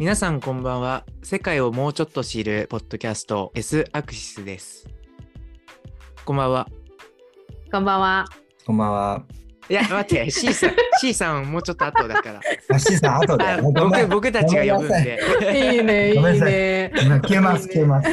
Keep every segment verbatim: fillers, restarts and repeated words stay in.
皆さんこんばんは。世界をもうちょっと知るポッドキャスト S アクシスです。こんばんは。 こんばんは。 こんばんは。 いや待って C さん C さんもうちょっと後だから。 あ、C さん後で。 あ僕僕たちが呼ぶんで。 いいねいいね。 消えます消えます。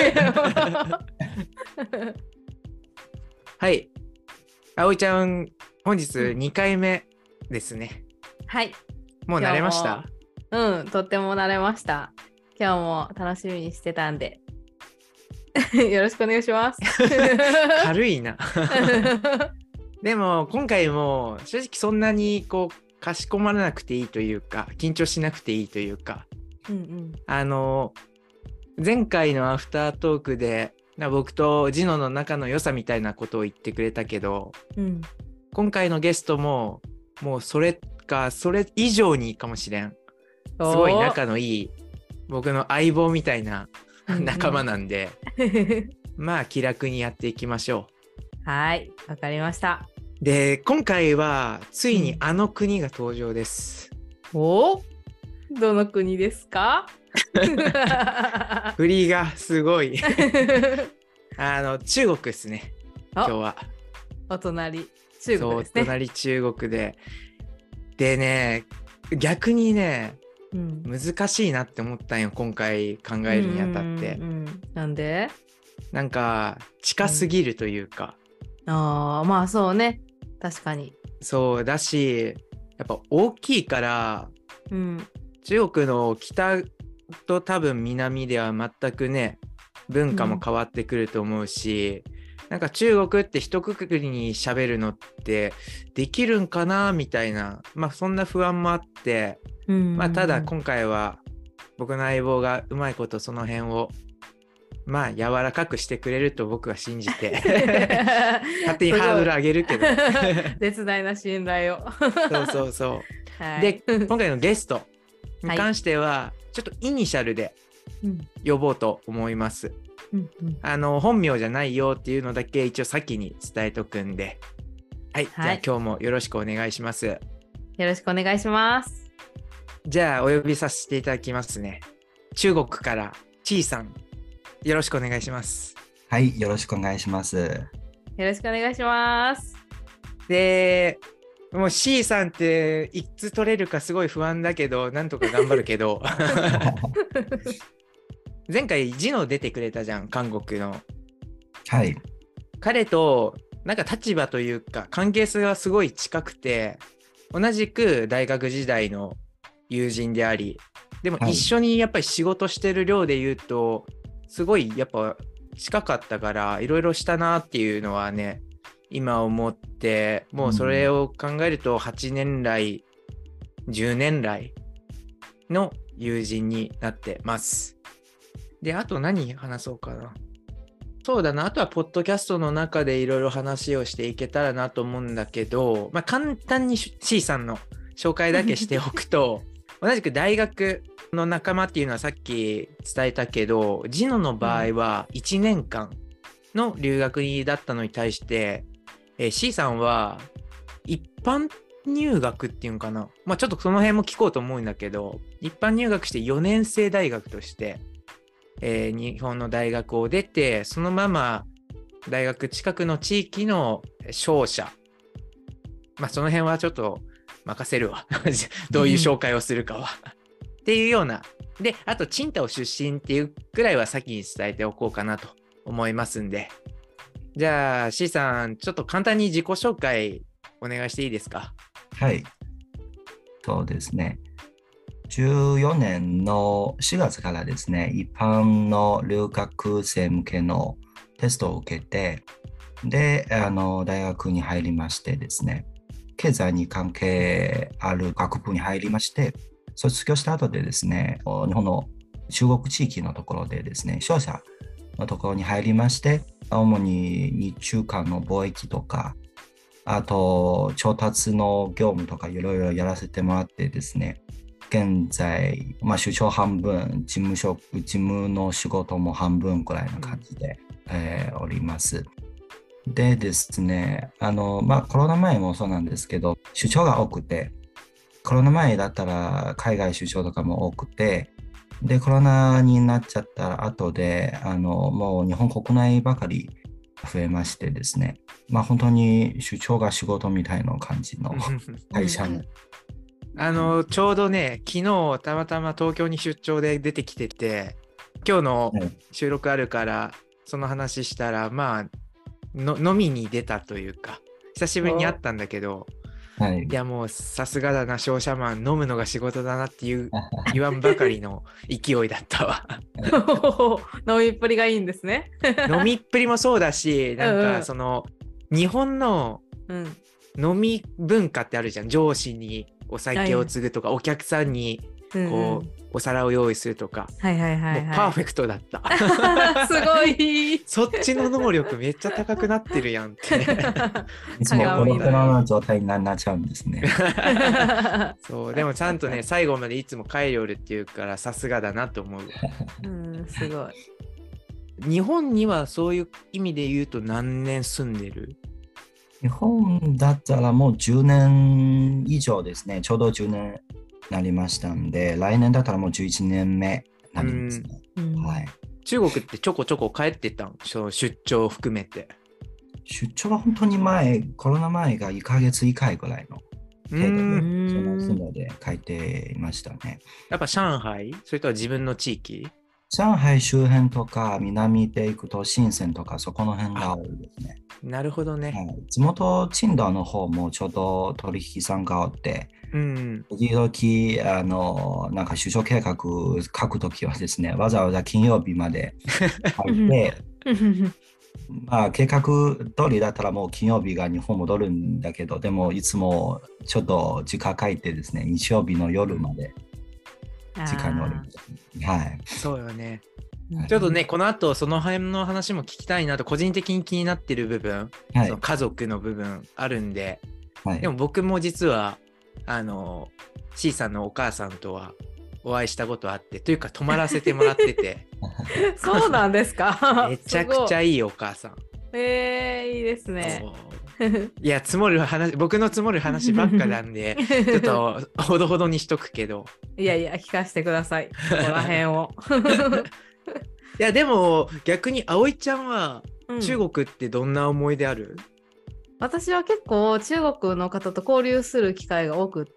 はい。葵ちゃん本日にかいめですね。 はい。 もう慣れました？ うん、とっても慣れました。今日も楽しみにしてたんでよろしくお願いします軽いなでも今回も正直そんなにこうかしこまらなくていいというか緊張しなくていいというか、 うんうん、 あの前回のアフタートークで僕とジノの仲の良さみたいなことを言ってくれたけど、 うん、 今回のゲストももうそれかそれ以上にかもしれん。すごい仲のいい僕の相棒みたいな仲間なんで、うんうん、まあ気楽にやっていきましょう。はい、わかりました。 で今回はついにあの国が登場です、 うん、おどの国ですか振りがすごいあの中国ですね。今日はお隣中国ですね。 そう隣中国ででね逆にね、うん、難しいなって思ったんよ今回考えるにあたって、 うんうんうん、なんでなんか近すぎるというか、 うん、ああまあそうね確かにそうだしやっぱ大きいから、うん、中国の北と多分南では全くね文化も変わってくると思うし、うん、なんか中国って一括りに喋るのってできるんかなみたいなまあそんな不安もあって、うんうんうん、まあただ今回は僕の相棒がうまいことその辺をまあ柔らかくしてくれると僕は信じて勝手にハードル上げるけど絶大な信頼をそうそうそう、はい、で今回のゲストに関してはちょっとイニシャルで呼ぼうと思います、うんうん、あの本名じゃないよっていうのだけ一応先に伝えとくんで、はい、はい、じゃあ今日もよろしくお願いします。 よろしくお願いします。 じゃあお呼びさせていただきますね。中国からちーさんよろしくお願いします。 はい、よろしくお願いします。よろしくお願いします。 で、もう C さんっていつ取れるかすごい不安だけど、なんとか頑張るけど。前回ジノ出てくれたじゃん、韓国の。 はい。 彼となんか立場というか関係性がすごい近くて、同じく大学時代の友人であり、でも一緒にやっぱり仕事してる量で言うと、はいすごいやっぱ近かったからいろいろしたなっていうのはね今思ってもうそれを考えるとはちねん来じゅうねん来の友人になってます。であと何話そうかな。そうだなあとはポッドキャストの中でいろいろ話をしていけたらなと思うんだけど、まあ、簡単に C さんの紹介だけしておくと同じく大学の仲間っていうのはさっき伝えたけどジノの場合はいちねんかんの留学だったのに対して、えー、C さんは一般入学っていうのかな、まあ、ちょっとその辺も聞こうと思うんだけど一般入学してよねん生大学として、えー、日本の大学を出てそのまま大学近くの地域の商社、まあ、その辺はちょっと任せるわどういう紹介をするかはっていうようなであとチンタオ出身っていうくらいは先に伝えておこうかなと思いますんでじゃあ C さんちょっと簡単に自己紹介お願いしていいですか。 はいそうですねじゅうよねんのしがつからですね一般の留学生向けのテストを受けてであの大学に入りましてですね経済に関係ある学部に入りまして卒業した後でですね日本の中国地域のところでですね商社のところに入りまして主に日中間の貿易とかあと調達の業務とかいろいろやらせてもらってですね現在、まあ、出張半分事務職事務の仕事も半分くらいの感じで、うんえー、おります。でですねあの、まあ、コロナ前もそうなんですけど出張が多くてコロナ前だったら海外出張とかも多くてで、コロナになっちゃった後で、あの、もう日本国内ばかり増えましてですね、まあ本当に出張が仕事みたいな感じの会社に。 あの、ちょうどね、昨日たまたま東京に出張で出てきてて、今日の収録あるから、その話したら、まあの、飲みに出たというか、久しぶりに会ったんだけど、 はい、 いやもうさすがだな、商社マン、飲むのが仕事だなっていう言わんばかりの勢いだったわ。 飲みっぷりがいいんですね。 飲みっぷりもそうだし、なんかその、うん、日本の飲み文化ってあるじゃん。上司にお酒を継ぐとか、はい、お客さんにこう、うんうん、お皿を用意するとか、 はいはいはいはい、 もうパーフェクトだった。 すごい。 そっちの能力めっちゃ高くなってるやんって。 いつもコロコロの状態になっちゃうんですね。 そうでもちゃんとね最後までいつも帰りおるっていうからさすがだなと思う。 うん、すごい。 日本にはそういう意味で言うと何年住んでる？ 日本だったらもうじゅうねん以上ですね。ちょうどじゅうねんなりましたんで、来年だったらもうじゅういちねんめなりますね。はい、 中国ってちょこちょこ帰ってたん？出張を含めて。 出張は本当に前、コロナ前がいっかげつ以下ぐらいの程度で、その住んで帰っていましたね。 やっぱ上海？それとは自分の地域？ 上海周辺とか南で行くと深センとかそこの辺が多いですね。 なるほどね。 はい、地元青島の方もちょうど取引さんがあって、うん、時々あのなんか就職計画書くときはですね、わざわざ金曜日まで書いて、まあ計画通りだったらもう金曜日が日本戻るんだけど、でもいつもちょっと時間書いてですね、日曜日の夜まで時間におります。はい。 そうよね。ちょっとね、この後その辺の話も聞きたいなと個人的に気になってる部分、はい、その家族の部分あるんで、はい、でも僕も実はあの C さんのお母さんとはお会いしたことあって、というか泊まらせてもらっててそうなんですか？ めちゃくちゃいいお母さん。 えー、いいですね。 いや積もる話、僕の積もる話ばっかなんでちょっとほどほどにしとくけど、 いやいや聞かせてください、ここら辺を。 いやでも逆に葵ちゃんは中国ってどんな思い出ある？うん、 私は結構中国の方と交流する機会が多くって、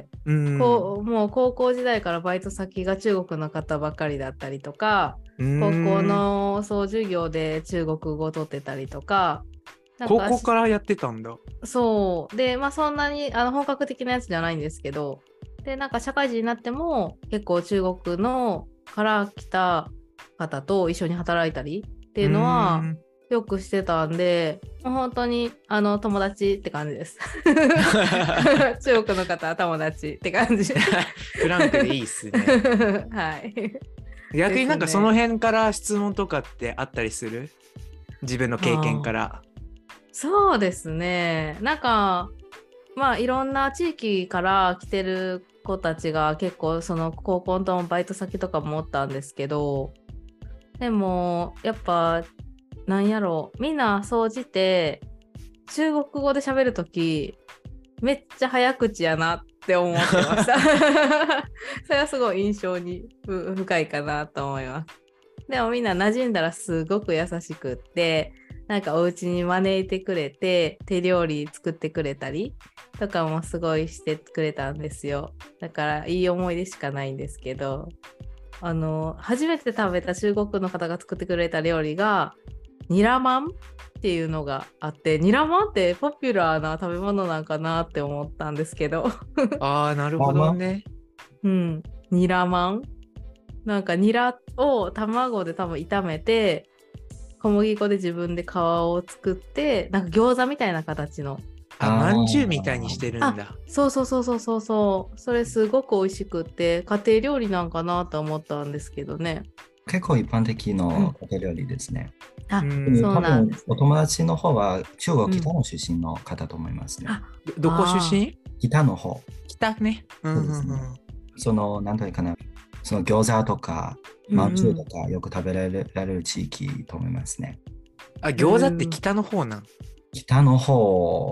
うん、こうもう高校時代からバイト先が中国の方ばっかりだったりとか、高校のそう授業で中国語を取ってたりとか、なんか高校からやってたんだ。 そうで、まあそんなにあの本格的なやつじゃないんですけど、でなんか社会人になっても結構中国のから来た方と一緒に働いたりっていうのはよくしてたんで、もう本当にあの友達って感じです。中国の方友達って感じ。 フランクでいいっすね。 はい。 逆になんかその辺から質問とかってあったりする？自分の経験から。 そうですね。なんかまあいろんな地域から来てる子たちが結構その高校のバイト先とかもおったんですけど、でもやっぱなんやろう、みんな総じて中国語で喋るときめっちゃ早口やなって思ってました。それはすごい印象に深いかなと思います。でもみんな馴染んだらすごく優しくって、なんかお家に招いてくれて手料理作ってくれたりとかもすごいしてくれたんですよ。だからいい思い出しかないんですけど、あの初めて食べた中国の方が作ってくれた料理がニラマンっていうのがあって、ニラマンってポピュラーな食べ物なんかなって思ったんですけど。 ああなるほどね。 うん、ニラマンなんかニラを卵で多分炒めて小麦粉で自分で皮を作って、なんか餃子みたいな形の、 あ、まんじゅうみたいにしてるんだ。 そうそうそうそうそうそう、それすごく美味しくって家庭料理なんかなと思ったんですけどね。 結構一般的の家庭料理ですね。 うん、あ、そうなんですね。 お友達の方は中国北の出身の方と思いますね。 うん、どこ出身？ 北の方。 北ね。うんうんうん、そうですね。 その何というかな、その餃子とかまんじゅうとかよく食べられる、られる地域と思いますね。 あ、餃子って北の方なん？ 北の方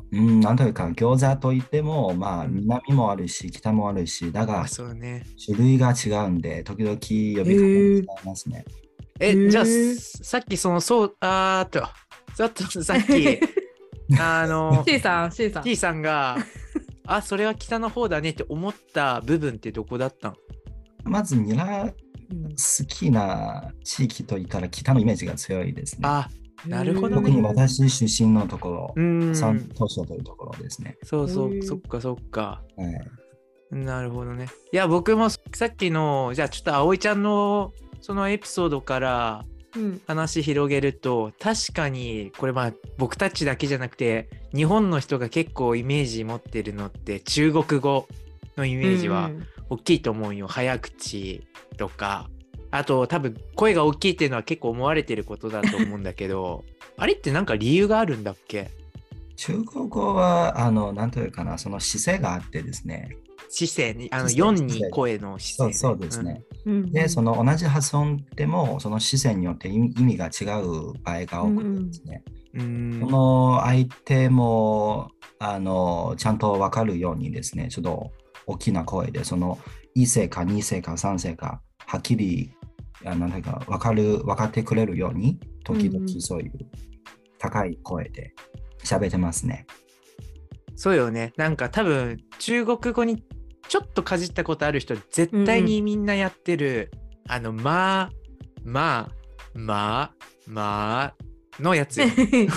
うん、なんというか、餃子といっても、まあ、 うん南もあるし、北もあるし、だが、 あ、そうね。 種類が違うんで、時々呼へび方が違いえ。 ますね。 え、じゃあ、 へえ。 すさっきその、そう、あーっと、ちょっとさっき、あの、 C さん、C さん。 T さんが、あ、それは北の方だねって思った部分ってどこだったの？ まず、ニラうん好きな地域といったら北のイメージが強いですね。 あ、なるほど特にね。 私出身のところ、 うー山ん。 東省というところですね。 そうそう、 へーそっかそっか。 はい。 なるほどね。いや、僕もさっきの、じゃあちょっと葵ちゃんのそのエピソードからうん話広げると、確かにこれまあ僕たちだけじゃなくて、日本の人が結構イメージ持ってるのって中国語のイメージは大きいと思うよ。早口とか。あと多分声が大きいっていうのは結構思われてることだと思うんだけど、あれってなんか理由があるんだっけ？ 中国語は、あの、なんというかな、その姿勢があってですね。 姿勢に、あの姿勢よんに声の姿勢、ね。 そうそうですね。 うんうんで、その同じ発音でも、その姿勢によって意味意味が違う場合が多くてですね。 うん。うーんその相手も、あの、ちゃんと分かるようにですね、ちょっと大きな声で、そのい世かに世かさん世か、はっきり、あなんていうか、分かる、分かってくれるように、時々そういう高い声で喋ってますね。 そうよね。なんか多分中国語にちょっとかじったことある人絶対にみんなやってる、うんうん、あのまあまあまあまあのやつよ。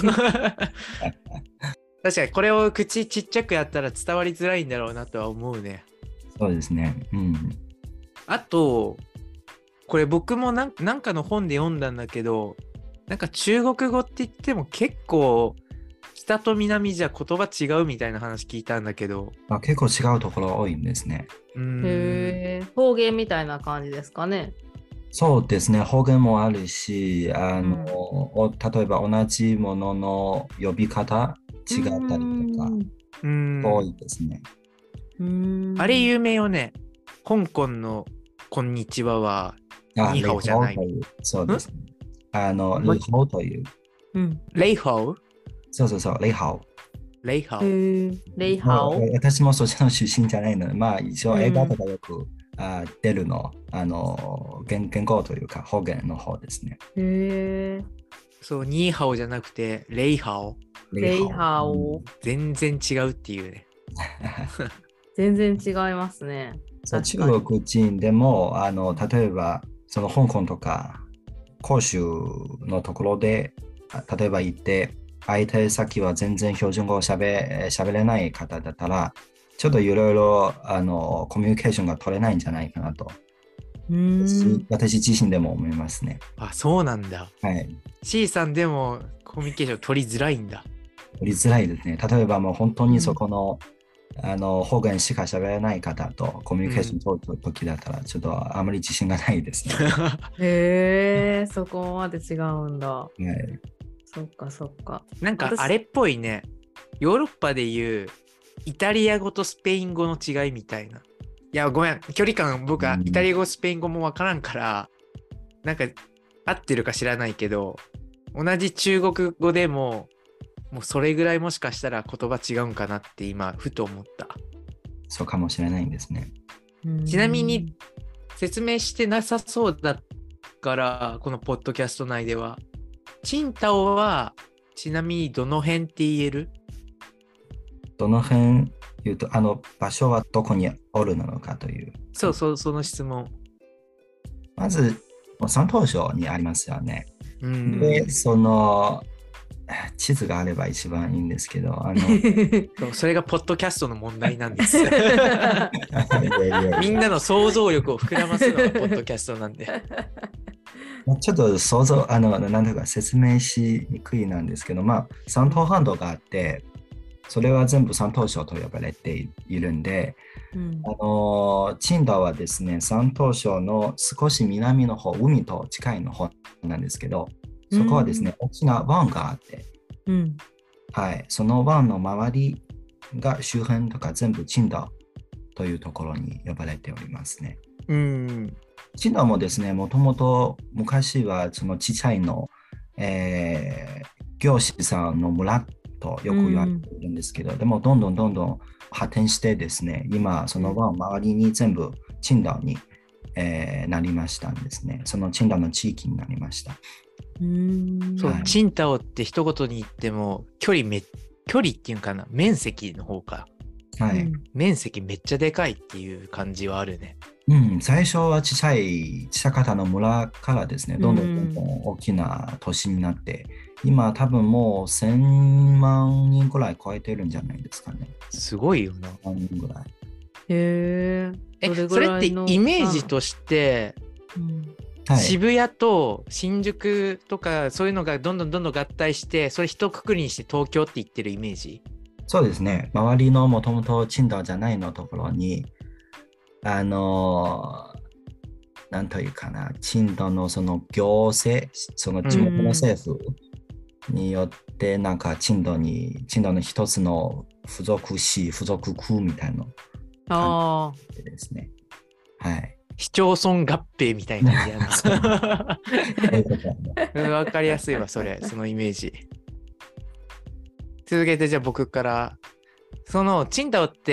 確かにこれを口ちっちゃくやったら伝わりづらいんだろうなとは思うね。 そうですね。うん。 あとこれ僕もなんなんかの本で読んだんだけど、なんか中国語って言っても結構北と南じゃ言葉違うみたいな話聞いたんだけど、 あ、結構違うところ多いんですね。 うーんへえ、方言みたいな感じですかね。 そうですね。方言もあるし、あの、お例えば同じものの呼び方違ったりとか、 うーん多いですね。 うーんあれ有名よね。香港のこんにちははあ、 ニーハオじゃない。 レイハオという、そうですね。あの、 んレイハオという、 うんレイハオそうそうそう、レイハオ。 レイハオ。 へえ、レイハオ。 もう私もそっちの出身じゃないので、まあ一応うん映画とかよく、あ出るの、あの、言言語というか方言の方ですね。 へえ、 そう、ニーハオじゃなくてレイハオ。 レイハオ。 うん全然違うっていうね。 全然違いますね。 そう中確かに国人でも、あの、例えば、その香港とか、広州のところで、あ例えば行って、相手先は全然標準語をしゃべしゃべれない方だったら、ちょっといろいろあのコミュニケーションが取れないんじゃないかなと、 うーん私自身でも思いますね。 あ、そうなんだ。 はい。 C さんでもコミュニケーション取りづらいんだ。 取りづらいですね。例えばもう本当にそこの、うん、あの方言しか喋れない方とコミュニケーション取るときだったら、ちょっとあまり自信がないですね。 へえ、そこまで違うんだ。 はいそっかそっか。 なんかあれっぽいね。ヨーロッパでいうイタリア語とスペイン語の違いみたいな。いや、ごめん。距離感僕はイタリア語、スペイン語もわからんから、なんか合ってるか知らないけど、同じ中国語でも、もうそれぐらいもしかしたら言葉違うんかなって今、ふと思った。 そうかもしれないんですね。 ちなみに説明してなさそうだから、このポッドキャスト内では、チンタオはちなみにどの辺って言える？ どの辺言うと、あの場所はどこにおるのかという。 そうそう、その質問。 まず、山東省にありますよね。 うん、 で、その地図があれば一番いいんですけど、あのそうそれがポッドキャストの問題なんです。 いやいやいやみんなの想像力を膨らますのがポッドキャストなんで。 ちょっと想像、あの、なんとか説明しにくいなんですけど、まあ、山東半島があって、それは全部山東省と呼ばれているんで、 うん、 あの、青島はですね、山東省の少し南の方、海と近いの方なんですけど、そこはですね、大きな湾があって、 うん、 はい、その湾の周りが周辺とか全部青島というところに呼ばれておりますね。 うん。 青島もですね、もともと昔はその小さいの、えー、漁師さんの村とよく言われているんですけど、うん、でもどんどんどんどん発展してですね、今その周りに全部青島に、えー、なりましたんですね。その青島の地域になりました。 うーんそう、 はい、 青島って一言に言っても距離め距離っていうかな、面積の方か、 はい、うん、 面積めっちゃでかいっていう感じはあるね。 うん、最初は小さい小さかったの村からですね、どんどんどんどん大きな都市になって、うん、今多分もうせんまんにんくらい超えてるんじゃないですかね。 すごいよな。 せんまんにんぐらい。 へえ、 え、 それってイメージとして、うんはい、渋谷と新宿とかそういうのがどんどんどんどん合体して、それ一括りにして東京って言ってるイメージ？ そうですね。周りのもともと青島じゃないのところに、あのー、なんというかな、青島のその行政、その地元の政府によって、なんか青島に、青島の一つの付属市、付属区みたいな感じですね。はい。 市町村合併みたいな感じやな。わかりやすいわ、それ、そのイメージ。続けて、じゃあ僕から。その青島って、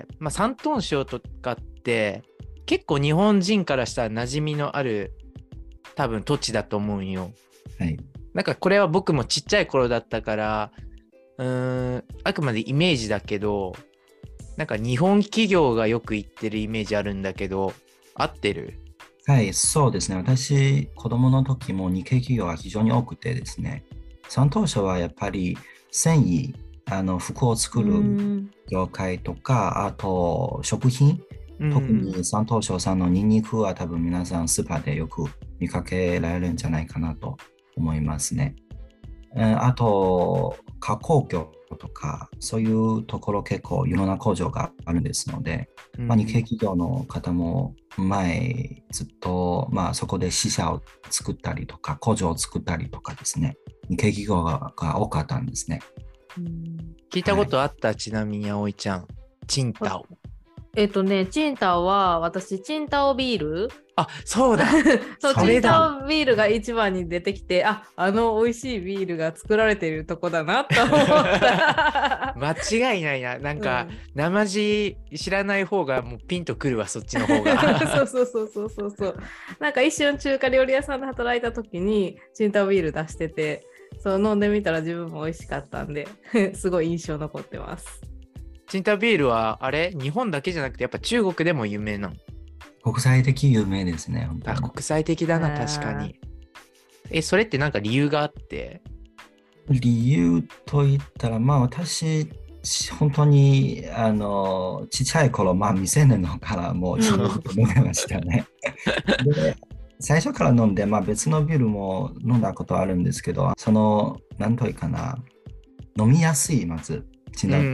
まあ、山東省とかって結構日本人からしたら馴染みのある多分土地だと思うんよ。 はい。 なんかこれは僕もちっちゃい頃だったからうーんあくまでイメージだけど、なんか日本企業がよく行ってるイメージあるんだけど、合ってる？ はい、そうですね。私、子供の時も日系企業が非常に多くてですね、山東省はやっぱり繊維、あの服を作る業界とか、あと食品、特に山東省さんのニンニクは多分皆さんスーパーでよく見かけられるんじゃないかなと思いますね。あと加工業とかそういうところ結構いろんな工場があるんですので、うんまあ、日系企業の方も前ずっと、まあ、そこで支社を作ったりとか工場を作ったりとかですね、日系企業 が, が多かったんですね。 うん聞いたことあった、はい、ちなみに葵ちゃん、青島。 えっとね、青島は私、青島ビール。 あ、そうだ。 そう、青島ビールが一番に出てきて、あ、あの美味しいビールが作られているとこだなと思った。 間違いないな。なんか、うん、生地知らない方がもうピンとくるわ、そっちの方が。 そうそうそうそうそうそう。なんか一瞬中華料理屋さんで働いた時に青島ビール出してて、そう飲んでみたら自分も美味しかったんで、すごい印象残ってます。 青島ビールはあれ日本だけじゃなくてやっぱ中国でも有名なの？ 国際的有名ですね。本当にあ、国際的だな、確かに。え、それってなんか理由があって？ 理由といったら、まあ私、本当にあのちっちゃい頃、まあ未成年のからもうずっと飲んでましたね。で最初から飲んで、まあ、別のビールも飲んだことあるんですけど、そのなんというかな、飲みやすいまず。うんうんうん、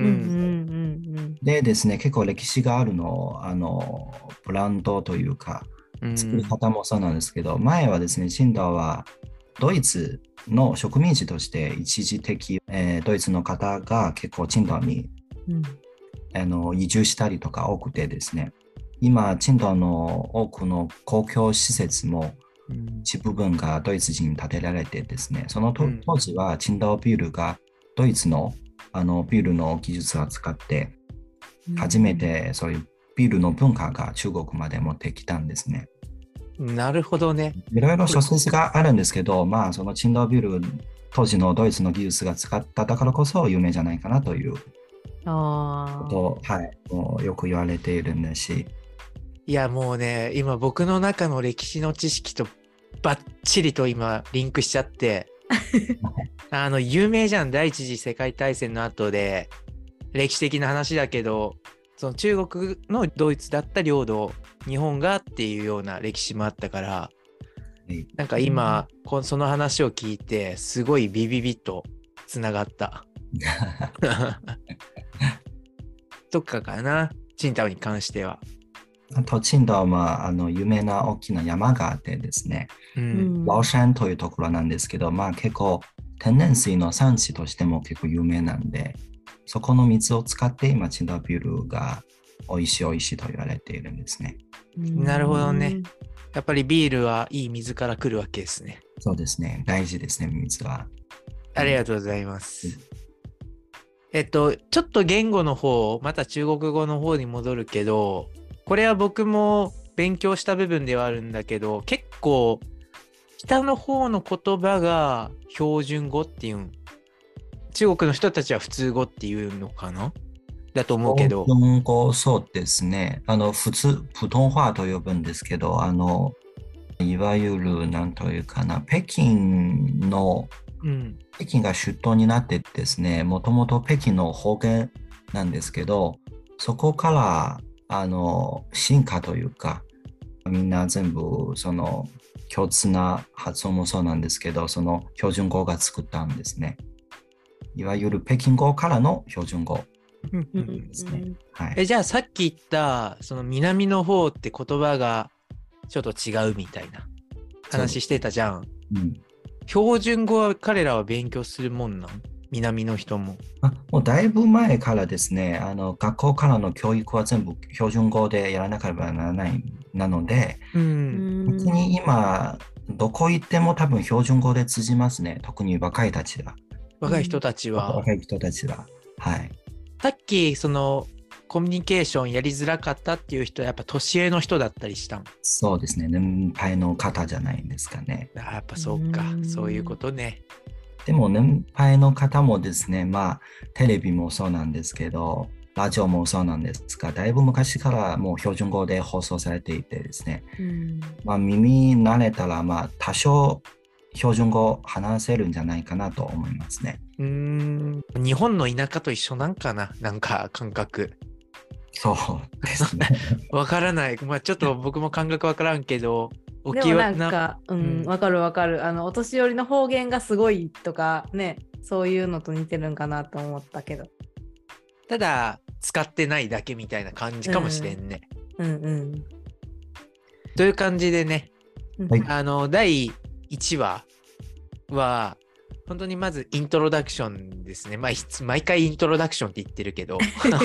でですね、結構歴史があるの、あのブランドというか作り方もそうなんですけど、うん、前はですね、青島はドイツの植民地として一時的、えー、ドイツの方が結構青島に、うん、あの移住したりとか多くてですね、今青島の多くの公共施設も一部分がドイツ人に建てられてですね、その当時は青島ビールがドイツのあのビールの技術を使って初めてそういうビールの文化が中国まで持ってきたんですね。 なるほどね。 いろいろ諸説があるんですけど、まあその青島ビール当時のドイツの技術が使っただからこそ有名じゃないかなということを、はい、もうよく言われているんですし。 いやもうね、今僕の中の歴史の知識とバッチリと今リンクしちゃってあの有名じゃん、第一次世界大戦の後で歴史的な話だけど、その中国のドイツだった領土日本がっていうような歴史もあったから、なんか今こその話を聞いてすごいビビビッとつながったとかかな、青島に関しては。 あと青島はあの有名な大きな山があってですね、うん、崂山というところなんですけど、まあ結構天然水の産地としても結構有名なんで、そこの水を使って今青島ビールが美味しい美味しいと言われているんですね。 なるほどね。やっぱりビールはいい水から来るわけですね。 そうですね、大事ですね、水は。 ありがとうございます。うん、 えっと、ちょっと言語の方、また中国語の方に戻るけど、これは僕も勉強した部分ではあるんだけど、結構、北の方の言葉が標準語っていうん。中国の人たちは普通語っていうのかなだと思うけど。 標準語、そうですね。あの、普通、普通話と呼ぶんですけど、あの、いわゆる、なんというかな、北京の、 うん、 北京が首都になってですね、もともと北京の方言なんですけど、そこから、あの、進化というか、みんな全部、その、共通な発音もそうなんですけど、その標準語が作ったんですね。いわゆる北京語からの標準語ですね。はい、 えじゃあさっき言ったその南の方って言葉がちょっと違うみたいな話してたじゃん。うん、標準語は彼らは勉強するもんなん？南の人も。 あ、もうだいぶ前からですね、あの学校からの教育は全部標準語でやらなければならないなので、うん、特に今どこ行っても多分標準語で通じますね。特に若いたちは。 若い人たちは。 若い人たちは。はい。 さっきそのコミュニケーションやりづらかったっていう人はやっぱ年上の人だったりしたん？ そうですね。年配の方じゃないんですかね。 あ、やっぱそうか。うそういうことね。 でも年配の方もですね、まあテレビもそうなんですけど、ラジオもそうなんですが、だいぶ昔からもう標準語で放送されていてですね、うんまあ、耳慣れたらまあ多少標準語話せるんじゃないかなと思いますね。 うーん、日本の田舎と一緒なんかな、なんか感覚。 そうですね。 わからない。まあちょっと僕も感覚わからんけど、 でもなんか、うん、わかるわかる。あの、お年寄りの方言がすごいとかね、そういうのと似てるんかなと思ったけど。 ただ、使ってないだけみたいな感じかもしれんね。 うん、うん、うん。 という感じでね、 はい、 あの、だいいちわは、本当にまずイントロダクションですね。まあ、毎回イントロダクションって言ってるけど。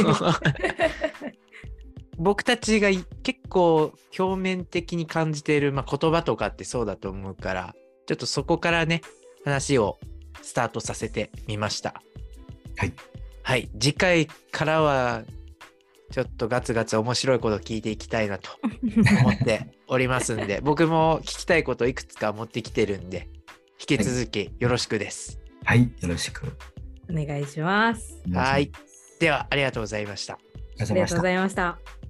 僕たちが結構表面的に感じている、まあ、言葉とかってそうだと思うから、ちょっとそこからね、話をスタートさせてみました。 はい。 はい。次回からは、ちょっとガツガツ面白いことを聞いていきたいなと思っておりますんで、僕も聞きたいこといくつか持ってきてるんで、引き続きよろしくです。 はい、はい、よろしく。 お願いします。 はい。では、ありがとうございました。 ありがとうございました。